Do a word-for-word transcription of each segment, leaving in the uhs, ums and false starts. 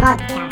Podcast.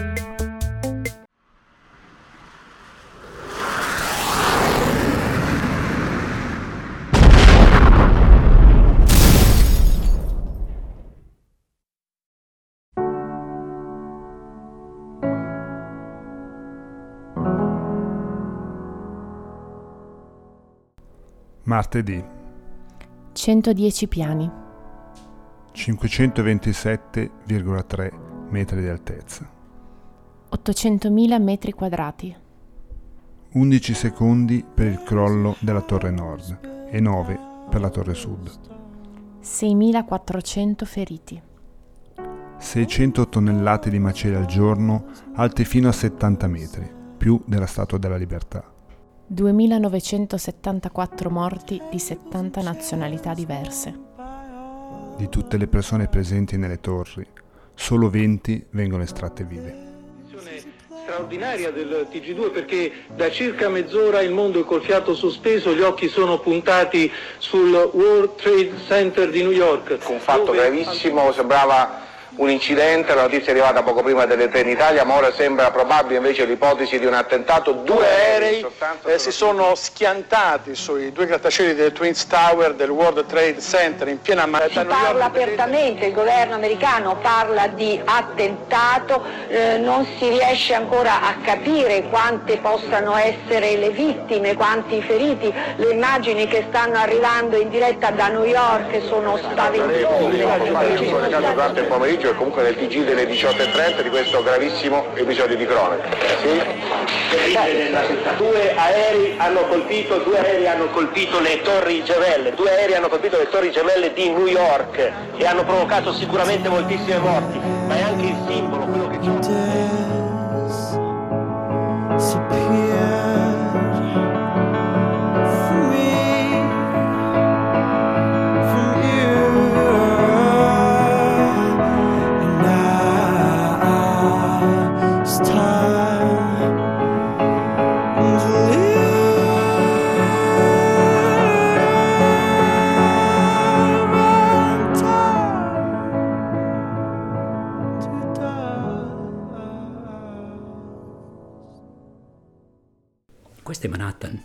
Martedì. centodieci piani. cinquecentoventisette virgola tre metri di altezza. ottocentomila metri quadrati. undici secondi per il crollo della torre nord e nove per la torre sud. seimilaquattrocento feriti. seicento tonnellate di macerie al giorno, alte fino a settanta metri, più della Statua della Libertà. duemilanovecentosettantaquattro morti di settanta nazionalità diverse. Di tutte le persone presenti nelle torri, solo venti vengono estratte vive. Straordinaria del T G due, perché da circa mezz'ora il mondo è col fiato sospeso, gli occhi sono puntati sul World Trade Center di New York. Un fatto gravissimo, sembrava un incidente, la notizia è arrivata poco prima delle tre in Italia, ma ora sembra probabile invece l'ipotesi di un attentato. Due, due aerei eh, si sono schiantati sui due grattacieli del Twin Tower del World Trade Center in piena Manhattan. Si parla apertamente, il governo americano parla di attentato, eh, non si riesce ancora a capire quante possano essere le vittime, quanti i feriti. Le immagini che stanno arrivando in diretta da New York sono spaventose. Durante il pomeriggio e comunque nel T G delle diciotto e trenta di questo gravissimo episodio di cronaca. Sì? Due aerei hanno colpito, due aerei hanno colpito le torri gemelle, due aerei hanno colpito le torri gemelle di New York e hanno provocato sicuramente moltissime morti, ma è anche il simbolo, quello che c'è. Questa è Manhattan,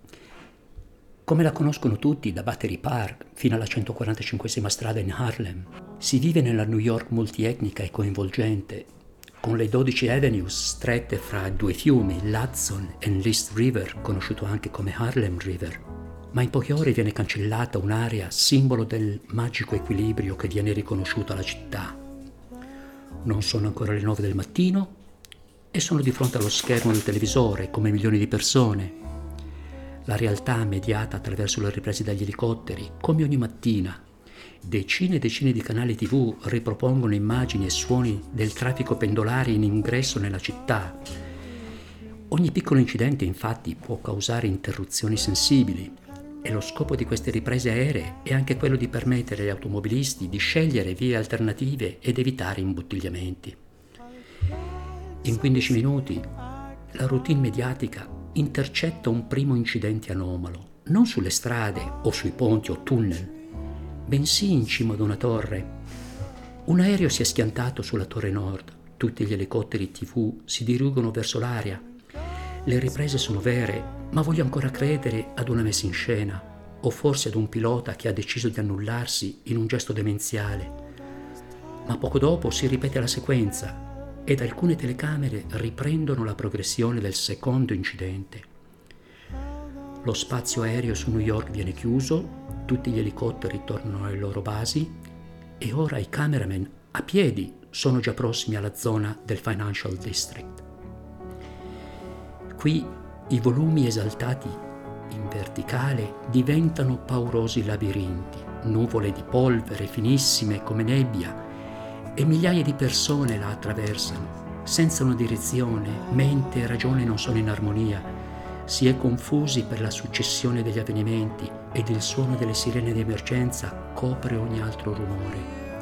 come la conoscono tutti da Battery Park fino alla centoquarantacinquesima strada in Harlem. Si vive nella New York multietnica e coinvolgente, con le dodici avenues strette fra due fiumi, l'Hudson e l'East River, conosciuto anche come Harlem River. Ma in poche ore viene cancellata un'area simbolo del magico equilibrio che viene riconosciuto alla città. Non sono ancora le nove del mattino e sono di fronte allo schermo del televisore come milioni di persone. La realtà mediata attraverso le riprese dagli elicotteri, come ogni mattina. Decine e decine di canali tivù ripropongono immagini e suoni del traffico pendolare in ingresso nella città. Ogni piccolo incidente infatti può causare interruzioni sensibili e lo scopo di queste riprese aeree è anche quello di permettere agli automobilisti di scegliere vie alternative ed evitare imbottigliamenti. In quindici minuti la routine mediatica intercetta un primo incidente anomalo, non sulle strade o sui ponti o tunnel, bensì in cima ad una torre. Un aereo si è schiantato sulla torre nord, tutti gli elicotteri tivù si dirigono verso l'area. Le riprese sono vere, ma voglio ancora credere ad una messa in scena, o forse ad un pilota che ha deciso di annullarsi in un gesto demenziale. Ma poco dopo si ripete la sequenza ed alcune telecamere riprendono la progressione del secondo incidente. Lo spazio aereo su New York viene chiuso, tutti gli elicotteri tornano alle loro basi e ora i cameraman a piedi sono già prossimi alla zona del Financial District. Qui i volumi esaltati in verticale diventano paurosi labirinti, nuvole di polvere finissime come nebbia, e migliaia di persone la attraversano, senza una direzione, mente e ragione non sono in armonia. Si è confusi per la successione degli avvenimenti ed il suono delle sirene di emergenza copre ogni altro rumore.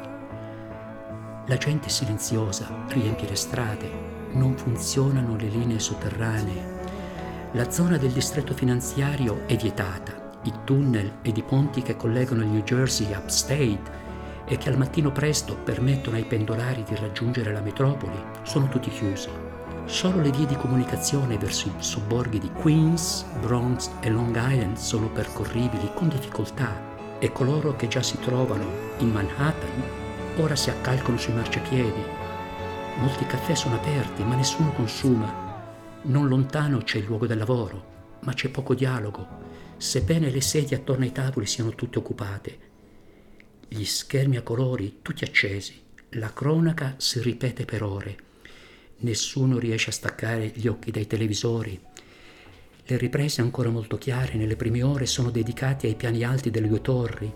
La gente è silenziosa riempie le strade, non funzionano le linee sotterranee. La zona del distretto finanziario è vietata. I tunnel ed i ponti che collegano il New Jersey Upstate e che al mattino presto permettono ai pendolari di raggiungere la metropoli sono tutti chiusi. Solo le vie di comunicazione verso i sobborghi di Queens, Bronx e Long Island sono percorribili con difficoltà e coloro che già si trovano in Manhattan ora si accalcano sui marciapiedi. Molti caffè sono aperti ma nessuno consuma. Non lontano c'è il luogo del lavoro, ma c'è poco dialogo, sebbene le sedie attorno ai tavoli siano tutte occupate. Gli schermi a colori tutti accesi, la cronaca si ripete per ore. Nessuno riesce a staccare gli occhi dai televisori. Le riprese ancora molto chiare nelle prime ore sono dedicate ai piani alti delle due torri.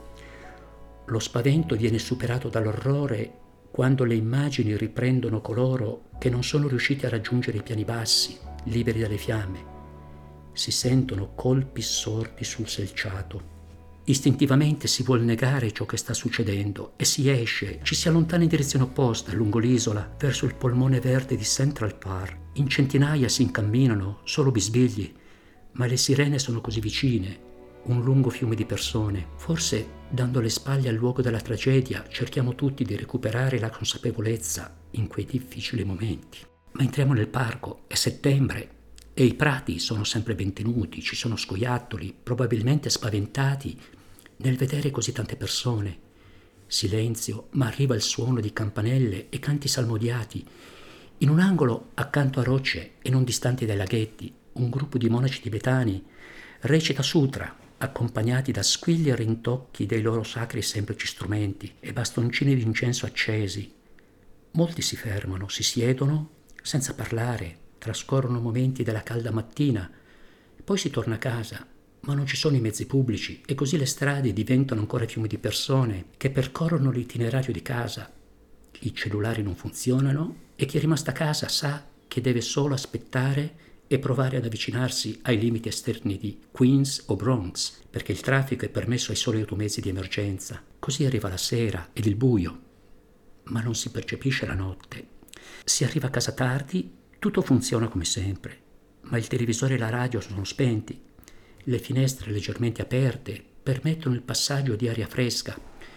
Lo spavento viene superato dall'orrore quando le immagini riprendono coloro che non sono riusciti a raggiungere i piani bassi, liberi dalle fiamme. Si sentono colpi sordi sul selciato. Istintivamente si vuol negare ciò che sta succedendo e si esce, ci si allontana in direzione opposta, lungo l'isola, verso il polmone verde di Central Park. In centinaia si incamminano, solo bisbigli, ma le sirene sono così vicine, un lungo fiume di persone. Forse, dando le spalle al luogo della tragedia, cerchiamo tutti di recuperare la consapevolezza in quei difficili momenti. Ma entriamo nel parco, è settembre, e i prati sono sempre ben tenuti, ci sono scoiattoli, probabilmente spaventati nel vedere così tante persone. Silenzio, ma arriva il suono di campanelle e canti salmodiati. In un angolo, accanto a rocce e non distanti dai laghetti, un gruppo di monaci tibetani recita sutra, accompagnati da squilli e rintocchi dei loro sacri e semplici strumenti e bastoncini di incenso accesi. Molti si fermano, si siedono, senza parlare, trascorrono momenti della calda mattina, poi si torna a casa, ma non ci sono i mezzi pubblici e così le strade diventano ancora fiumi di persone che percorrono l'itinerario di casa. I cellulari non funzionano e chi è rimasto a casa sa che deve solo aspettare e provare ad avvicinarsi ai limiti esterni di Queens o Bronx, perché il traffico è permesso ai soli automezzi di emergenza. Così arriva la sera ed il buio, ma non si percepisce la notte. Si arriva a casa tardi, tutto funziona come sempre, ma il televisore e la radio sono spenti. Le finestre leggermente aperte permettono il passaggio di aria fresca,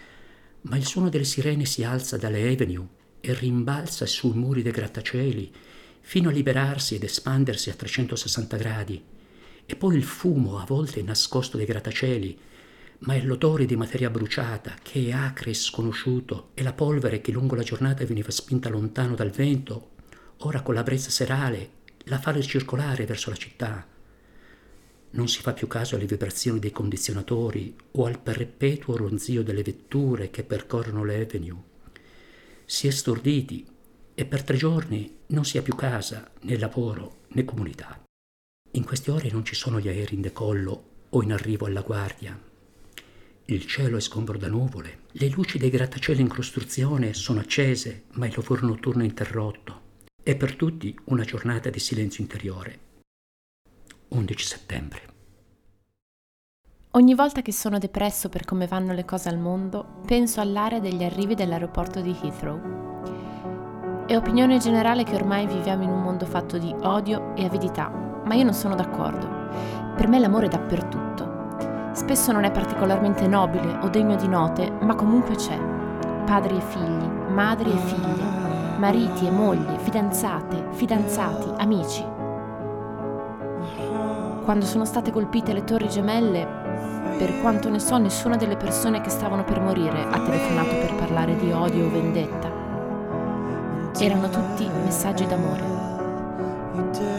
ma il suono delle sirene si alza dalle avenue e rimbalza sui muri dei grattacieli fino a liberarsi ed espandersi a trecentosessanta gradi. E poi il fumo a volte è nascosto dai grattacieli, ma è l'odore di materia bruciata che è acre e sconosciuto, e la polvere che lungo la giornata veniva spinta lontano dal vento, ora con la brezza serale la fa ricircolare verso la città. Non si fa più caso alle vibrazioni dei condizionatori o al perpetuo ronzio delle vetture che percorrono le avenue. Si è storditi e per tre giorni non si ha più casa, né lavoro, né comunità. In queste ore non ci sono gli aerei in decollo o in arrivo alla guardia. Il cielo è sgombro da nuvole, le luci dei grattacieli in costruzione sono accese, ma il lavoro notturno è interrotto. È per tutti una giornata di silenzio interiore. undici settembre. Ogni volta che sono depresso per come vanno le cose al mondo, penso all'area degli arrivi dell'aeroporto di Heathrow. È opinione generale che ormai viviamo in un mondo fatto di odio e avidità, ma io non sono d'accordo. Per me l'amore è dappertutto. Spesso non è particolarmente nobile o degno di note, ma comunque c'è. Padri e figli, madri e figlie, mariti e mogli, fidanzate, fidanzati, amici. Quando sono state colpite le Torri Gemelle, per quanto ne so, nessuna delle persone che stavano per morire ha telefonato per parlare di odio o vendetta. Erano tutti messaggi d'amore.